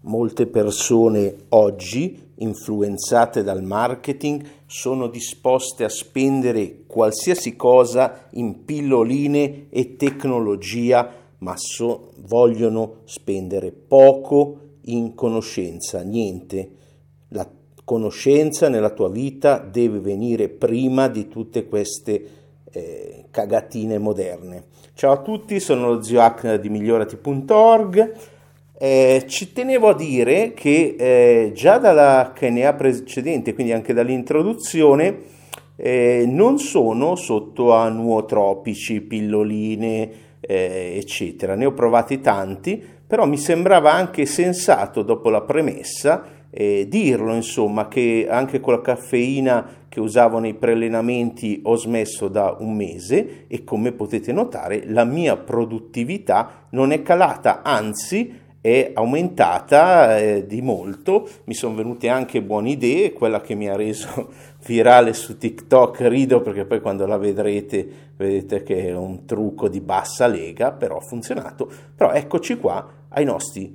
Molte persone oggi, influenzate dal marketing, sono disposte a spendere qualsiasi cosa in pilloline e tecnologia, ma vogliono spendere poco in conoscenza, niente. La conoscenza nella tua vita deve venire prima di tutte queste cagatine moderne. Ciao a tutti, sono lo zio Hack di migliorati.org. Ci tenevo a dire che già dalla KNA precedente, quindi anche dall'introduzione, non sono sotto a nootropici, pilloline, eccetera. Ne ho provati tanti, però mi sembrava anche sensato, dopo la premessa, dirlo, insomma, che anche con la caffeina che usavo nei preallenamenti ho smesso da un mese e, come potete notare, la mia produttività non è calata, anzi è aumentata di molto. Mi sono venute anche buone idee. Quella che mi ha reso virale su TikTok, rido perché poi quando la vedrete che è un trucco di bassa lega, però ha funzionato. Però eccoci qua ai nostri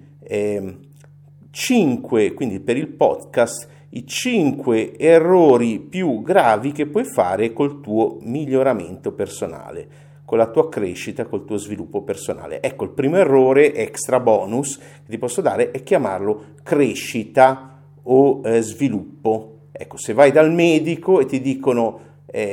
5, quindi per il podcast, i 5 errori più gravi che puoi fare col tuo miglioramento personale, con la tua crescita, col tuo sviluppo personale. Ecco, il primo errore extra bonus che ti posso dare è chiamarlo crescita o sviluppo. Ecco, se vai dal medico e ti dicono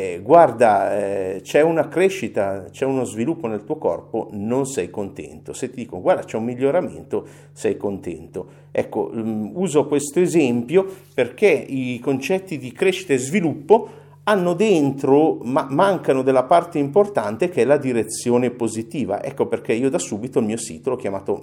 guarda, c'è una crescita, c'è uno sviluppo nel tuo corpo, non sei contento. Se ti dicono guarda, c'è un miglioramento, sei contento. Ecco, uso questo esempio perché i concetti di crescita e sviluppo hanno dentro, mancano della parte importante che è la direzione positiva. Ecco perché io da subito il mio sito l'ho chiamato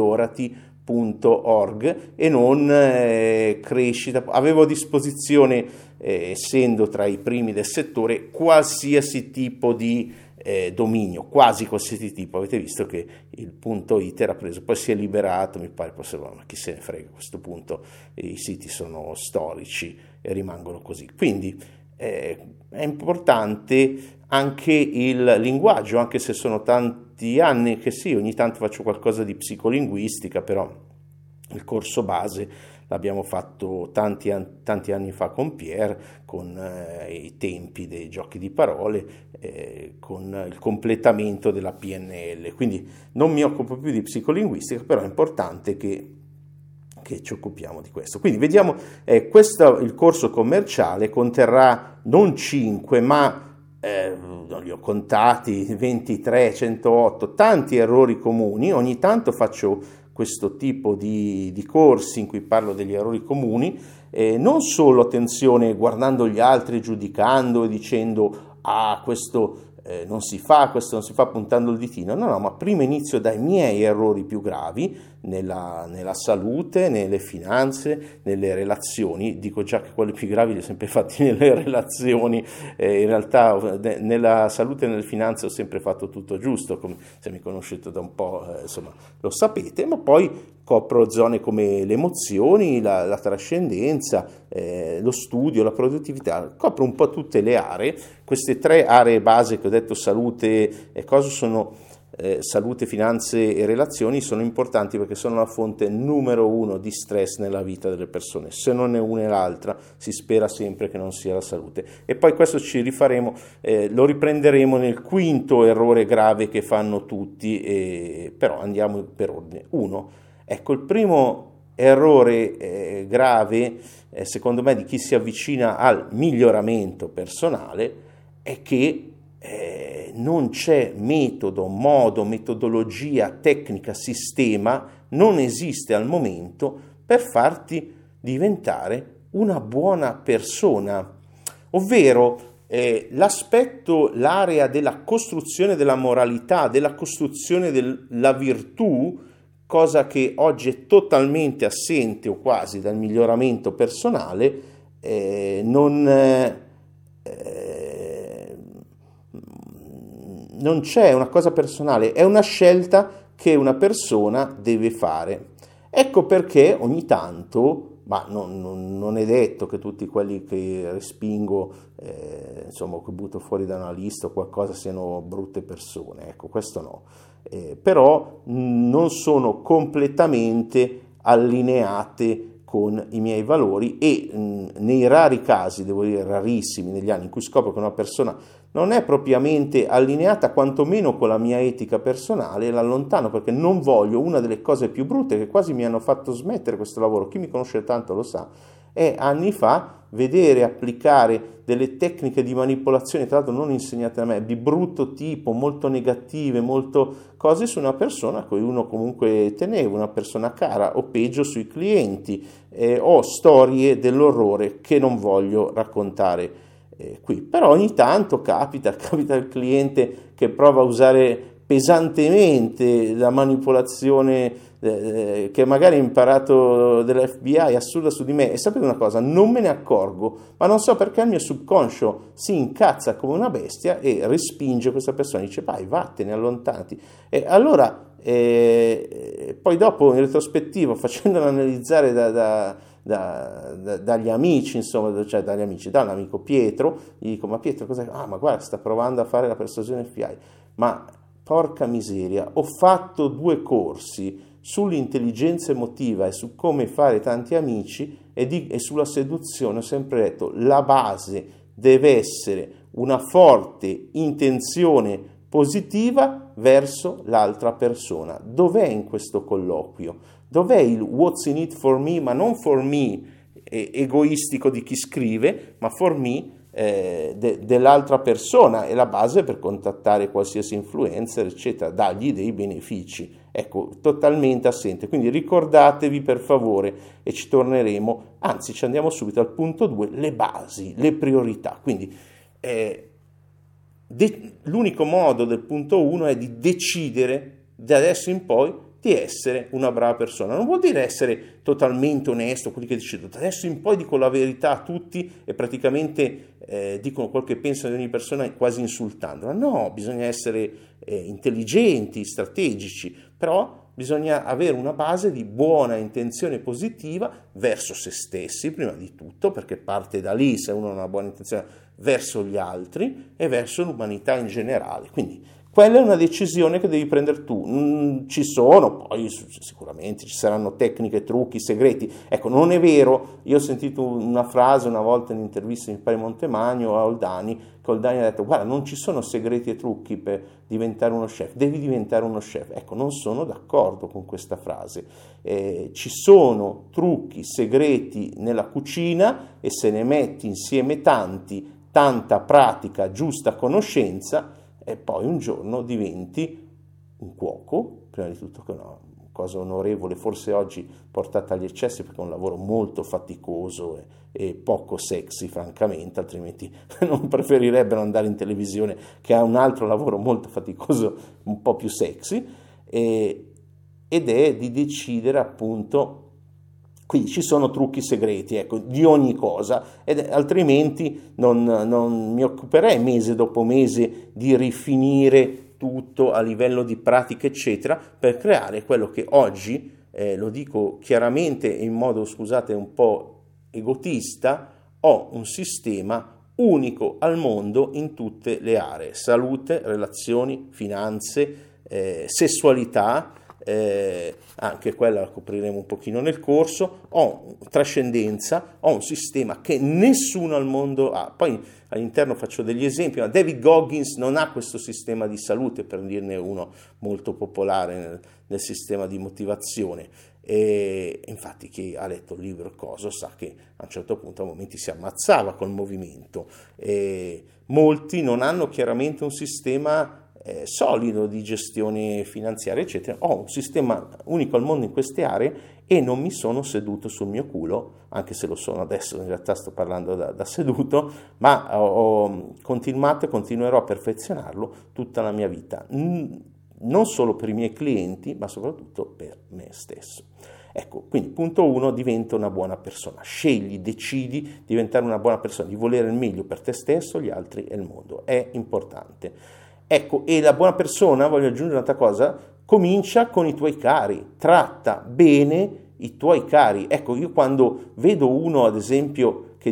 migliorati.org e non crescita. Avevo a disposizione, essendo tra i primi del settore, qualsiasi tipo di dominio, quasi qualsiasi tipo. Avete visto che il .it era preso, poi si è liberato, mi pare, ma chi se ne frega, a questo punto i siti sono storici e rimangono così. Quindi è importante anche il linguaggio, anche se sono tanti anni che sì, ogni tanto faccio qualcosa di psicolinguistica, però il corso base l'abbiamo fatto tanti anni fa con Pierre, con i tempi dei giochi di parole, con il completamento della PNL. Quindi non mi occupo più di psicolinguistica, però è importante che ci occupiamo di questo. Quindi vediamo, il corso commerciale conterrà non 5, ma non li ho contati, 23, 108, tanti errori comuni. Ogni tanto faccio questo tipo di corsi in cui parlo degli errori comuni, non solo, attenzione, guardando gli altri, giudicando e dicendo questo non si fa, puntando il ditino, no, ma prima inizio dai miei errori più gravi nella salute, nelle finanze, nelle relazioni. Dico già che quelli più gravi li ho sempre fatti nelle relazioni, in realtà nella salute e nelle finanze ho sempre fatto tutto giusto, come se mi conoscete da un po', insomma, lo sapete, ma poi copro zone come le emozioni, la trascendenza, lo studio, la produttività, copro un po' tutte le aree. Queste 3 aree base che ho detto, salute e cosa sono, salute, finanze e relazioni, sono importanti perché sono la fonte numero 1 di stress nella vita delle persone. Se non è una e l'altra, si spera sempre che non sia la salute. E poi questo ci rifaremo, lo riprenderemo nel quinto errore grave che fanno tutti, però andiamo per ordine. 1. Ecco, il primo errore grave, secondo me, di chi si avvicina al miglioramento personale è che non c'è metodo, modo, metodologia, tecnica, sistema, non esiste al momento per farti diventare una buona persona, ovvero l'aspetto, l'area della costruzione della moralità, della costruzione della virtù, cosa che oggi è totalmente assente o quasi dal miglioramento personale, non c'è una cosa personale, è una scelta che una persona deve fare. Ecco perché ogni tanto, ma non è detto che tutti quelli che respingo, insomma, che butto fuori da una lista o qualcosa, siano brutte persone, ecco, questo no. Però non sono completamente allineate con i miei valori e nei rari casi, devo dire rarissimi negli anni, in cui scopro che una persona non è propriamente allineata quantomeno con la mia etica personale, l'allontano, perché non voglio. Una delle cose più brutte che quasi mi hanno fatto smettere questo lavoro, chi mi conosce tanto lo sa, è anni fa vedere applicare delle tecniche di manipolazione, tra l'altro non insegnate da me, di brutto tipo, molto negative, molto cose su una persona a cui uno comunque teneva, una persona cara, o peggio sui clienti, o storie dell'orrore che non voglio raccontare qui. Però ogni tanto capita il cliente che prova a usare pesantemente la manipolazione che magari ha imparato dell'FBI assurda su di me, e sapete una cosa, non me ne accorgo, ma non so perché il mio subconscio si incazza come una bestia e respinge questa persona, dice vai, vattene, allontanati. E allora poi dopo in retrospettiva, facendolo analizzare dagli amici, insomma, cioè dagli amici, da un amico Pietro, gli dico ma Pietro cos'è? Ah, ma guarda, sta provando a fare la persuasione FBI. Ma porca miseria, ho fatto 2 corsi sull'intelligenza emotiva e su come fare tanti amici e sulla seduzione. Ho sempre detto la base deve essere una forte intenzione positiva verso l'altra persona. Dov'è in questo colloquio? Dov'è il what's in it for me, ma non for me egoistico di chi scrive, ma for me dell'altra persona? È la base per contattare qualsiasi influencer, eccetera, dargli dei benefici. Ecco, totalmente assente. Quindi ricordatevi per favore, e ci torneremo, anzi ci andiamo subito al punto 2, le basi, le priorità. Quindi l'unico modo del punto 1 è di decidere da adesso in poi di essere una brava persona. Non vuol dire essere totalmente onesto, quelli che decidono da adesso in poi dico la verità a tutti e praticamente dicono quel che pensano di ogni persona quasi insultandola. No, bisogna essere intelligenti, strategici, però bisogna avere una base di buona intenzione positiva verso se stessi prima di tutto, perché parte da lì se uno ha una buona intenzione verso gli altri e verso l'umanità in generale. Quindi quella è una decisione che devi prendere tu. Ci sono, poi sicuramente ci saranno tecniche, trucchi, segreti. Ecco, non è vero, io ho sentito una frase una volta in un'intervista in Pari Montemagno a Oldani, che Oldani ha detto guarda, non ci sono segreti e trucchi per diventare uno chef, devi diventare uno chef. Ecco, non sono d'accordo con questa frase. Ci sono trucchi, segreti nella cucina e se ne metti insieme tanta pratica, giusta conoscenza, e poi un giorno diventi un cuoco, prima di tutto, che è una cosa onorevole, forse oggi portata agli eccessi perché è un lavoro molto faticoso e poco sexy, francamente, altrimenti non preferirebbero andare in televisione, che ha un altro lavoro molto faticoso, un po' più sexy, ed è di decidere appunto. Quindi ci sono trucchi segreti, ecco, di ogni cosa, altrimenti non mi occuperei mese dopo mese di rifinire tutto a livello di pratica, eccetera, per creare quello che oggi, lo dico chiaramente in modo, scusate, un po' egotista, ho un sistema unico al mondo in tutte le aree: salute, relazioni, finanze, sessualità, anche quella la copriremo un pochino nel corso, ho trascendenza, ho un sistema che nessuno al mondo ha. Poi all'interno faccio degli esempi, ma David Goggins non ha questo sistema di salute, per dirne uno molto popolare nel sistema di motivazione. E infatti chi ha letto il libro Coso sa che a un certo punto a momenti si ammazzava col movimento. Molti non hanno chiaramente un sistema solido di gestione finanziaria, eccetera. Ho un sistema unico al mondo in queste aree e non mi sono seduto sul mio culo, anche se lo sono adesso, in realtà sto parlando da seduto, ma ho continuato e continuerò a perfezionarlo tutta la mia vita, non solo per i miei clienti, ma soprattutto per me stesso. Ecco, quindi punto 1, diventa una buona persona, scegli, decidi di diventare una buona persona, di volere il meglio per te stesso, gli altri e il mondo, è importante. Ecco, e la buona persona, voglio aggiungere un'altra cosa, comincia con i tuoi cari, tratta bene i tuoi cari. Ecco, io quando vedo uno, ad esempio, che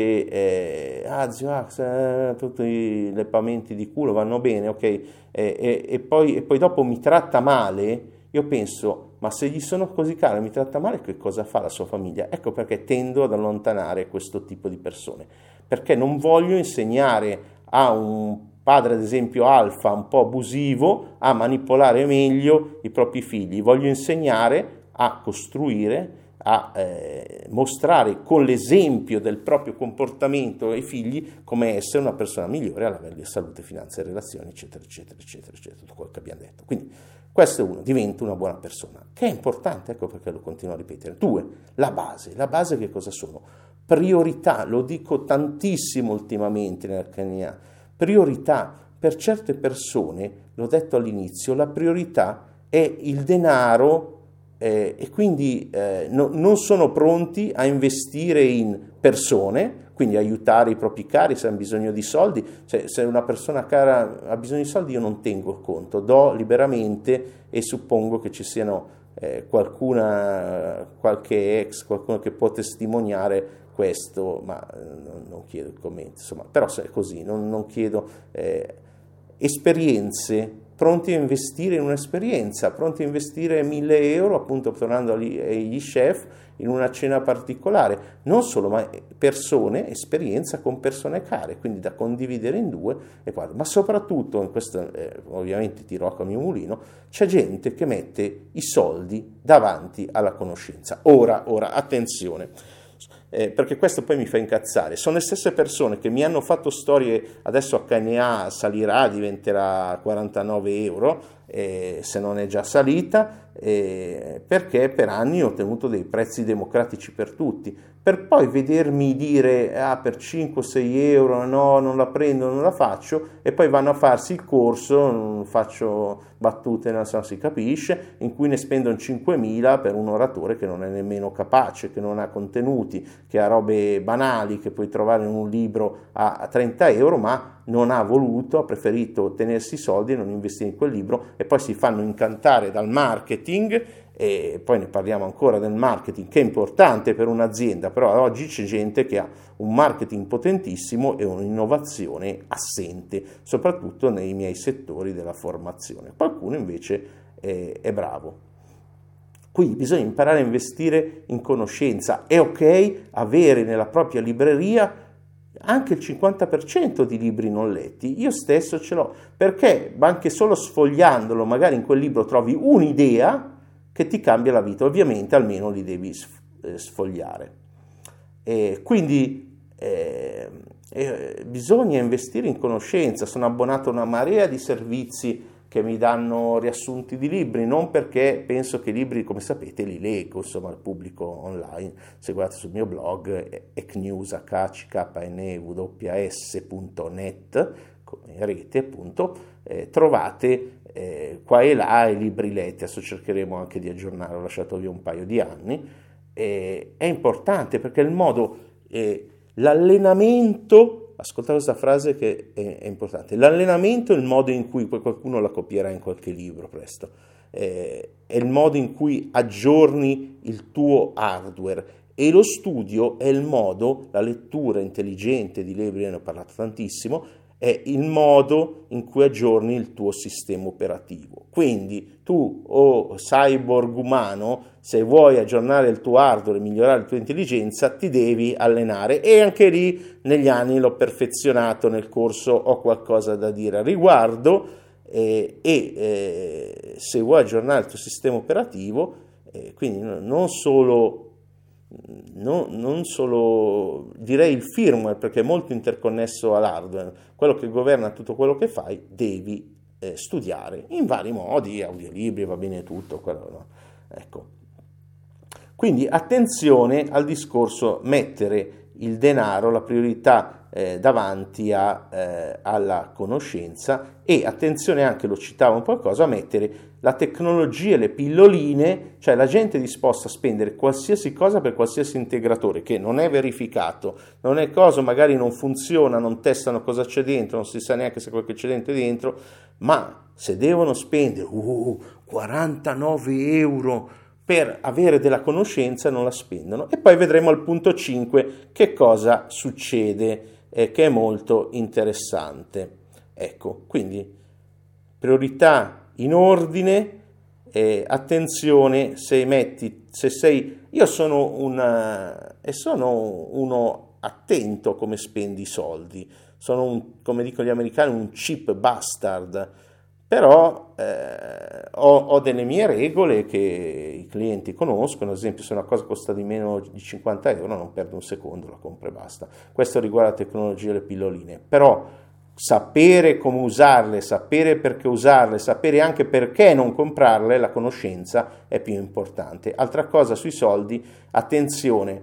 dice zio, tutti i leppamenti di culo vanno bene, ok, e poi dopo mi tratta male, io penso, ma se gli sono così caro e mi tratta male, che cosa fa la sua famiglia? Ecco perché tendo ad allontanare questo tipo di persone, perché non voglio insegnare a un padre, ad esempio alfa, un po' abusivo, a manipolare meglio i propri figli. Voglio insegnare a costruire, a mostrare con l'esempio del proprio comportamento ai figli come essere una persona migliore a livello di salute, finanza e relazioni, eccetera, eccetera, eccetera, eccetera, tutto quello che abbiamo detto. Quindi questo è uno, diventa una buona persona, che è importante, ecco perché lo continuo a ripetere. 2, la base che cosa sono? Priorità, lo dico tantissimo ultimamente nel CNA, priorità. Per certe persone, l'ho detto all'inizio, la priorità è il denaro, e quindi non sono pronti a investire in persone, quindi aiutare i propri cari se hanno bisogno di soldi. Cioè, se una persona cara ha bisogno di soldi, io non tengo il conto, do liberamente e suppongo che ci siano qualche ex, qualcuno che può testimoniare questo, ma non chiedo i commenti, insomma, però se è così, non chiedo esperienze, pronti a investire in un'esperienza, pronti a investire 1.000 euro, appunto tornando agli chef, in una cena particolare, non solo, ma persone, esperienza con persone care, quindi da condividere in 2 e 4. Ma soprattutto, in questo ovviamente tiro acqua al mio mulino, c'è gente che mette i soldi davanti alla conoscenza. Ora, attenzione. Perché questo poi mi fa incazzare. Sono le stesse persone che mi hanno fatto storie, adesso a HNA salirà, diventerà 49 euro, se non è già salita, perché per anni ho tenuto dei prezzi democratici per tutti, per poi vedermi dire per 5-6 euro no, non la prendo, non la faccio, e poi vanno a farsi il corso, non faccio battute, non si capisce, in cui ne spendono 5.000 per un oratore che non è nemmeno capace, che non ha contenuti, che ha robe banali che puoi trovare in un libro a 30 euro, ma non ha voluto, ha preferito tenersi i soldi e non investire in quel libro, e poi si fanno incantare dal marketing. E poi ne parliamo ancora del marketing, che è importante per un'azienda, però oggi c'è gente che ha un marketing potentissimo e un'innovazione assente, soprattutto nei miei settori della formazione. Qualcuno invece è bravo. Quindi bisogna imparare a investire in conoscenza. È ok avere nella propria libreria anche il 50% di libri non letti. Io stesso ce l'ho, perché anche solo sfogliandolo, magari in quel libro trovi un'idea che ti cambia la vita. Ovviamente almeno li devi sfogliare. Quindi bisogna investire in conoscenza. Sono abbonato a una marea di servizi che mi danno riassunti di libri, non perché penso che i libri, come sapete, li leggo, insomma, al pubblico online. Se guardate sul mio blog ecnews.net, in rete appunto, trovate qua e là i libri letti. Adesso cercheremo anche di aggiornare, ho lasciato via un paio di anni. È importante perché il modo, l'allenamento, ascoltate questa frase che è importante, l'allenamento è il modo in cui, poi qualcuno la copierà in qualche libro presto, è il modo in cui aggiorni il tuo hardware, e lo studio è il modo, la lettura intelligente di libri, ne ho parlato tantissimo, è il modo in cui aggiorni il tuo sistema operativo. Quindi tu, cyborg umano, se vuoi aggiornare il tuo hardware e migliorare la tua intelligenza, ti devi allenare, e anche lì negli anni l'ho perfezionato, nel corso ho qualcosa da dire al riguardo, se vuoi aggiornare il tuo sistema operativo, quindi non solo direi il firmware, perché è molto interconnesso all'hardware, quello che governa tutto quello che fai, devi studiare in vari modi, audiolibri, va bene tutto, quello, no? Ecco. Quindi attenzione al discorso mettere il denaro, la priorità davanti alla conoscenza, e attenzione anche, lo citavo un po' a mettere la tecnologia, le pilloline, cioè la gente è disposta a spendere qualsiasi cosa per qualsiasi integratore che non è verificato, non è cosa, magari non funziona, non testano cosa c'è dentro, non si sa neanche se quel che c'è dentro, ma se devono spendere 49 euro per avere della conoscenza, non la spendono. E poi vedremo al punto 5 che cosa succede, che è molto interessante. Ecco, quindi priorità in ordine, attenzione io sono uno attento come spendi i soldi, come dicono gli americani, un cheap bastard, però ho delle mie regole che i clienti conoscono. Ad esempio, se una cosa costa di meno di 50 euro non perdo un secondo, la compro e basta. Questo riguarda la tecnologia e le pilloline, però sapere come usarle, sapere perché usarle, sapere anche perché non comprarle, la conoscenza è più importante. Altra cosa sui soldi, attenzione,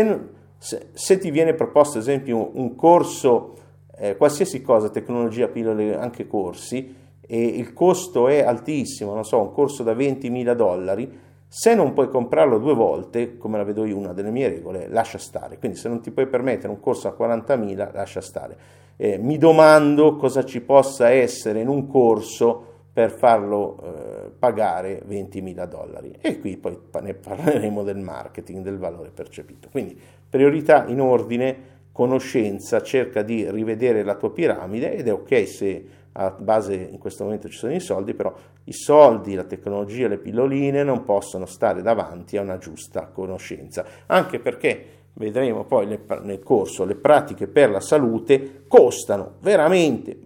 se ti viene proposto ad esempio un corso, qualsiasi cosa, tecnologia, pillole, anche corsi, e il costo è altissimo, non so, un corso da $20.000, se non puoi comprarlo 2 volte, come la vedo io, una delle mie regole, lascia stare. Quindi se non ti puoi permettere un corso a 40.000, lascia stare. Mi domando cosa ci possa essere in un corso per farlo pagare $20.000, e qui poi ne parleremo del marketing, del valore percepito. Quindi priorità in ordine, conoscenza, cerca di rivedere la tua piramide, ed è ok se a base in questo momento ci sono i soldi, però i soldi, la tecnologia, le pilloline non possono stare davanti a una giusta conoscenza, anche perché vedremo poi nel corso, le pratiche per la salute costano veramente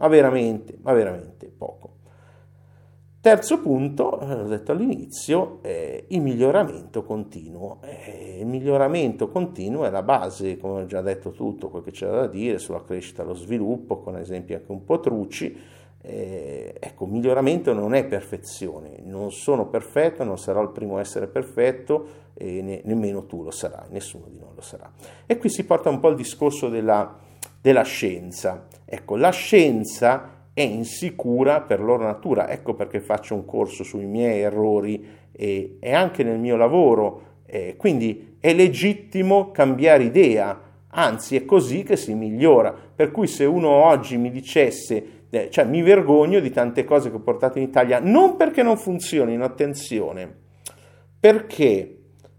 poco. Terzo punto, l'ho detto all'inizio, il miglioramento continuo. Il miglioramento continuo è la base, come ho già detto, tutto quel che c'è da dire sulla crescita e lo sviluppo, con esempi anche un po' truci. Ecco, miglioramento non è perfezione, non sono perfetto, non sarò il primo a essere perfetto, e nemmeno tu lo sarai, nessuno di noi lo sarà. E qui si porta un po' il discorso della scienza. Ecco, la scienza è insicura per loro natura, ecco perché faccio un corso sui miei errori e anche nel mio lavoro, quindi è legittimo cambiare idea, anzi è così che si migliora. Per cui se uno oggi mi dicesse, cioè mi vergogno di tante cose che ho portato in Italia, non perché non funzionino, attenzione, perché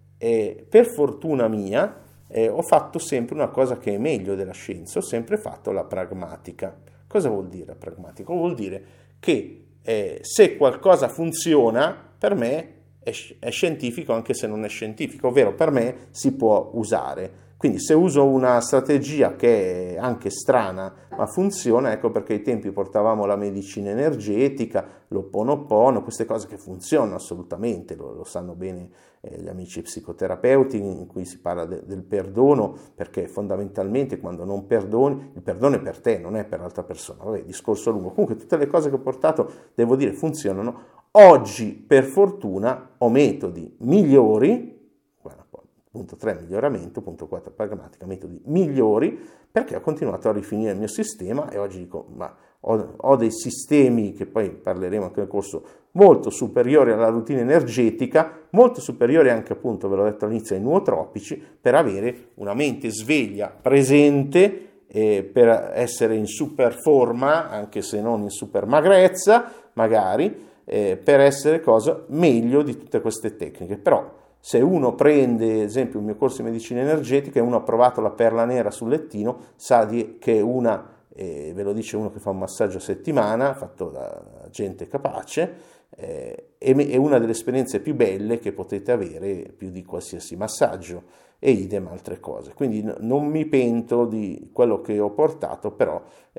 per fortuna mia ho fatto sempre una cosa che è meglio della scienza, ho sempre fatto la pragmatica. Cosa vuol dire pragmatica? Vuol dire che se qualcosa funziona, per me è scientifico anche se non è scientifico, ovvero per me si può usare. Quindi se uso una strategia che è anche strana ma funziona, ecco perché ai tempi portavamo la medicina energetica, l'Ho'oponopono, queste cose che funzionano assolutamente, lo sanno bene gli amici psicoterapeuti, in cui si parla del perdono, perché fondamentalmente quando non perdoni, il perdono è per te, non è per l'altra persona. Vabbè, discorso lungo. Comunque tutte le cose che ho portato, devo dire, funzionano. Oggi, per fortuna, ho metodi migliori. Punto 3, miglioramento. Punto 4, pragmatica, metodi migliori, perché ho continuato a rifinire il mio sistema, e oggi dico, ma ho dei sistemi, che poi parleremo anche nel corso, molto superiori alla routine energetica, molto superiori anche, appunto, ve l'ho detto all'inizio, ai nootropici, per avere una mente sveglia, presente, per essere in super forma, anche se non in super magrezza, magari, per essere meglio di tutte queste tecniche. Però se uno prende, ad esempio, il mio corso di medicina energetica, e uno ha provato la perla nera sul lettino, sa che ve lo dice uno che fa un massaggio a settimana, fatto da gente capace, è una delle esperienze più belle che potete avere, più di qualsiasi massaggio, e idem altre cose. Quindi non mi pento di quello che ho portato, però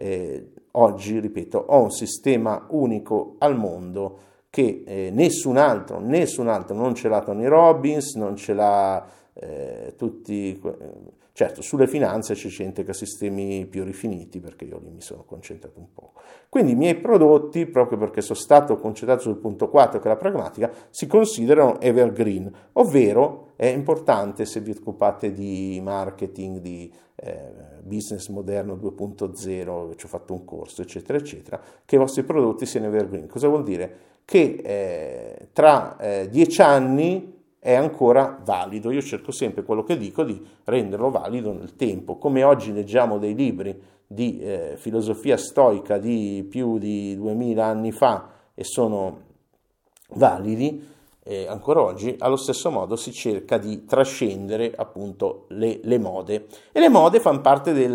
oggi, ripeto, ho un sistema unico al mondo che nessun altro, non ce l'ha Tony Robbins, non ce l'ha tutti. Certo, sulle finanze c'è gente che ha sistemi più rifiniti, perché io lì mi sono concentrato un po'. Quindi i miei prodotti, proprio perché sono stato concentrato sul punto 4, che è la pragmatica, si considerano evergreen, ovvero è importante, se vi occupate di marketing, di business moderno 2.0, ci ho fatto un corso, eccetera, eccetera, che i vostri prodotti siano evergreen. Cosa vuol dire? Che tra 10 anni è ancora valido. Io cerco sempre, quello che dico, di renderlo valido nel tempo. Come oggi leggiamo dei libri di filosofia stoica di più di 2000 anni fa e sono validi ancora oggi, allo stesso modo si cerca di trascendere appunto le mode. E le mode fanno parte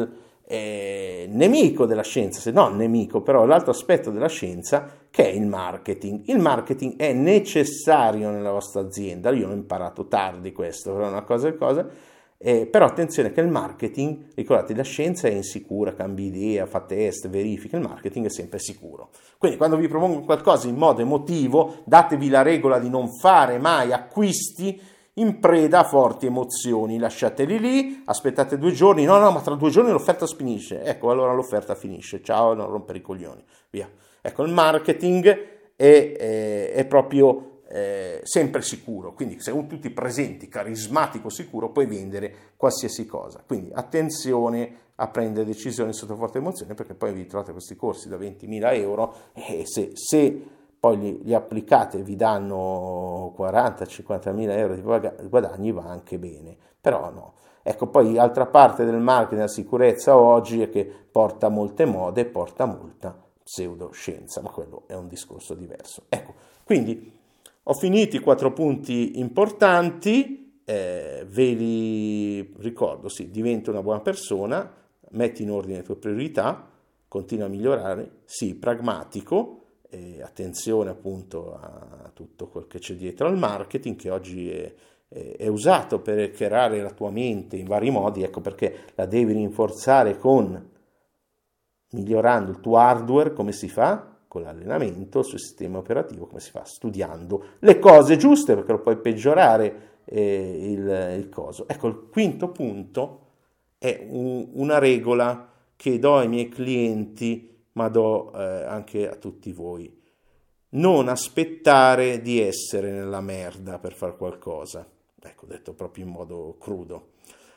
nemico della scienza, se non nemico, però l'altro aspetto della scienza, che è il marketing. Il marketing è necessario nella vostra azienda. Io l'ho imparato tardi questo, però è una cosa. Però attenzione che il marketing, ricordate, la scienza è insicura, cambi idea, fa test, verifica, il marketing è sempre sicuro. Quindi quando vi propongo qualcosa in modo emotivo, datevi la regola di non fare mai acquisti in preda a forti emozioni, lasciateli lì, aspettate 2 giorni, no, ma tra 2 giorni l'offerta finisce, ecco, allora l'offerta finisce, ciao, non rompere i coglioni, via. Ecco, il marketing è proprio sempre sicuro, quindi se tu ti presenti carismatico, sicuro, puoi vendere qualsiasi cosa. Quindi attenzione a prendere decisioni sotto forte emozione, perché poi vi trovate questi corsi da 20.000 euro e se poi li applicate e vi danno 40-50.000 euro di guadagni, va anche bene, però no. Ecco, poi altra parte del marketing, la sicurezza oggi è che porta molte mode, porta molta pseudoscienza, ma quello è un discorso diverso. Ecco, quindi ho finito i 4 punti importanti, ve li ricordo, sì, diventa una buona persona, metti in ordine le tue priorità, continua a migliorare, sì, pragmatico, attenzione appunto a tutto quel che c'è dietro al marketing, che oggi è usato per hackerare la tua mente in vari modi, ecco perché la devi rinforzare migliorando il tuo hardware. Come si fa? Con l'allenamento sul sistema operativo. Come si fa? Studiando le cose giuste, perché lo puoi peggiorare il coso. Ecco, il quinto punto è una regola che do ai miei clienti, ma do anche a tutti voi. Non aspettare di essere nella merda per fare qualcosa. Ecco, detto proprio in modo crudo.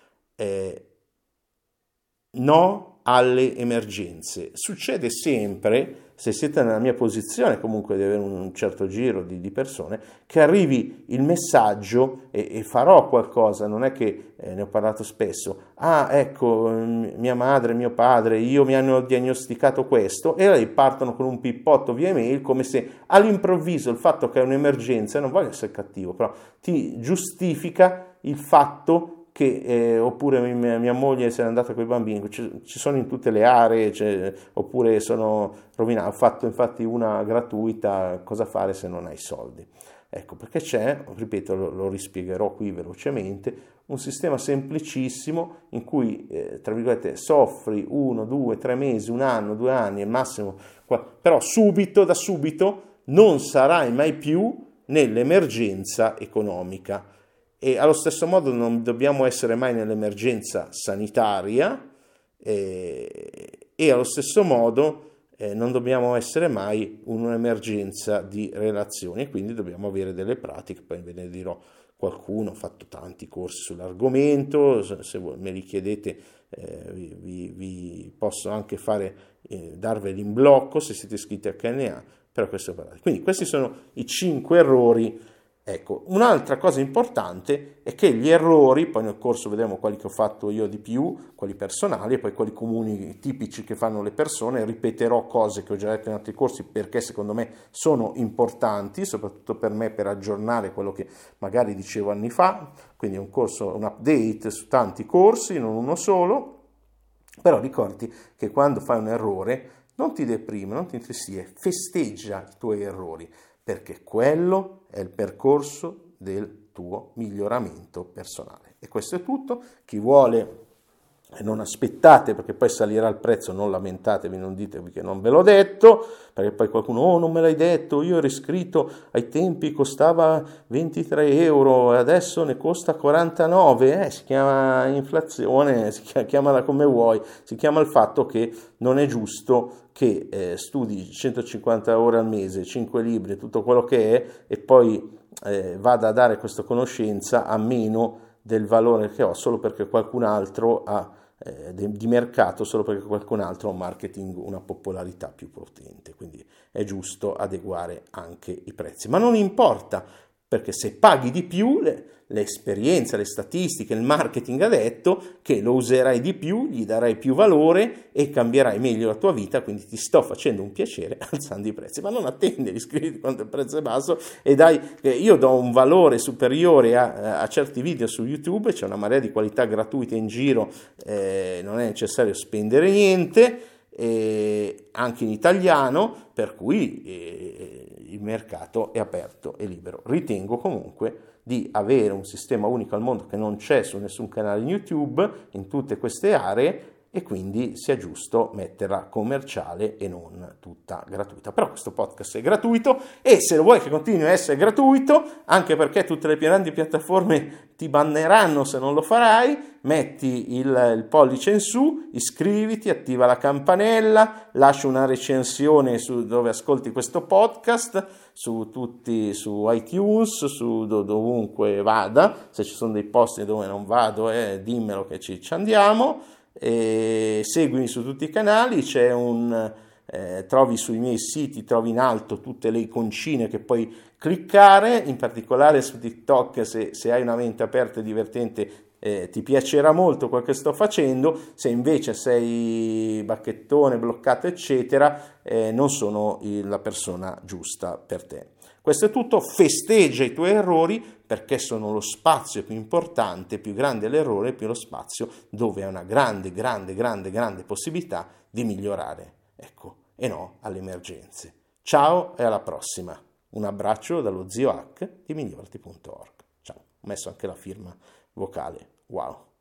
No alle emergenze. Succede sempre, se siete nella mia posizione, comunque di avere un certo giro di persone, che arrivi il messaggio e farò qualcosa, non è che ne ho parlato spesso, ecco, mia madre, mio padre, mi hanno diagnosticato questo, e lì partono con un pippotto via email, come se all'improvviso il fatto che è un'emergenza, non voglio essere cattivo, però ti giustifica il fatto che oppure mia moglie se n'è andata con i bambini, ci sono in tutte le aree, oppure sono rovinato, ho fatto infatti una gratuita, cosa fare se non hai soldi? Ecco, perché c'è, ripeto, lo rispiegherò qui velocemente, un sistema semplicissimo in cui, tra virgolette, soffri 1, 2, 3 mesi, 1 anno, 2 anni al massimo, però da subito non sarai mai più nell'emergenza economica. E allo stesso modo non dobbiamo essere mai nell'emergenza sanitaria e allo stesso modo non dobbiamo essere mai in un'emergenza di relazioni, quindi dobbiamo avere delle pratiche, poi ve ne dirò qualcuno, ho fatto tanti corsi sull'argomento, se me li chiedete vi posso anche darveli in blocco se siete iscritti a KNA, però questo è parlato. Quindi questi sono i 5 errori. Ecco, un'altra cosa importante è che gli errori, poi nel corso vedremo quali che ho fatto io di più, quelli personali e poi quelli comuni tipici che fanno le persone, ripeterò cose che ho già detto in altri corsi perché secondo me sono importanti, soprattutto per me per aggiornare quello che magari dicevo anni fa, quindi è un corso, un update su tanti corsi, non uno solo, però ricordi che quando fai un errore non ti deprimi, non ti intristisci, festeggia i tuoi errori, perché quello è il percorso del tuo miglioramento personale. E questo è tutto. Chi vuole, non aspettate perché poi salirà il prezzo, non lamentatevi, non ditevi che non ve l'ho detto, perché poi qualcuno, non me l'hai detto, io ero iscritto, ai tempi costava 23 euro, adesso ne costa 49, si chiama inflazione, chiamala come vuoi, si chiama il fatto che non è giusto che studi 150 ore al mese, 5 libri, tutto quello che è, e poi vada a dare questa conoscenza a meno del valore che ho, solo perché qualcun altro ha di mercato, solo perché qualcun altro ha un marketing, una popolarità più potente, quindi è giusto adeguare anche i prezzi, ma non importa, perché se paghi di più, l'esperienza, le statistiche, il marketing ha detto che lo userai di più, gli darai più valore e cambierai meglio la tua vita, quindi ti sto facendo un piacere alzando i prezzi, ma non attendi, iscriviti quando il prezzo è basso e dai, io do un valore superiore a certi video su YouTube, c'è una marea di qualità gratuite in giro, non è necessario spendere niente, anche in italiano, per cui il mercato è aperto e libero. Ritengo comunque di avere un sistema unico al mondo che non c'è su nessun canale YouTube in tutte queste aree, e quindi sia giusto metterla commerciale e non tutta gratuita. Però questo podcast è gratuito, e se lo vuoi che continui a essere gratuito, anche perché tutte le grandi piattaforme ti banneranno se non lo farai, metti il pollice in su, iscriviti, attiva la campanella, lascia una recensione su dove ascolti questo podcast, su iTunes, su dovunque vada. Se ci sono dei posti dove non vado, dimmelo che ci andiamo. Seguimi su tutti i canali, trovi sui miei siti, trovi in alto tutte le iconcine che puoi cliccare, in particolare su TikTok. Se hai una mente aperta e divertente, ti piacerà molto quel che sto facendo. Se invece sei bacchettone, bloccato eccetera, non sono la persona giusta per te. Questo è tutto. Festeggia i tuoi errori, perché sono lo spazio più importante. Più grande è l'errore, più lo spazio dove hai una grande possibilità di migliorare. Ecco, e no alle emergenze. Ciao e alla prossima. Un abbraccio dallo zio Hack di migliorati.org. Ciao, ho messo anche la firma vocale. Wow.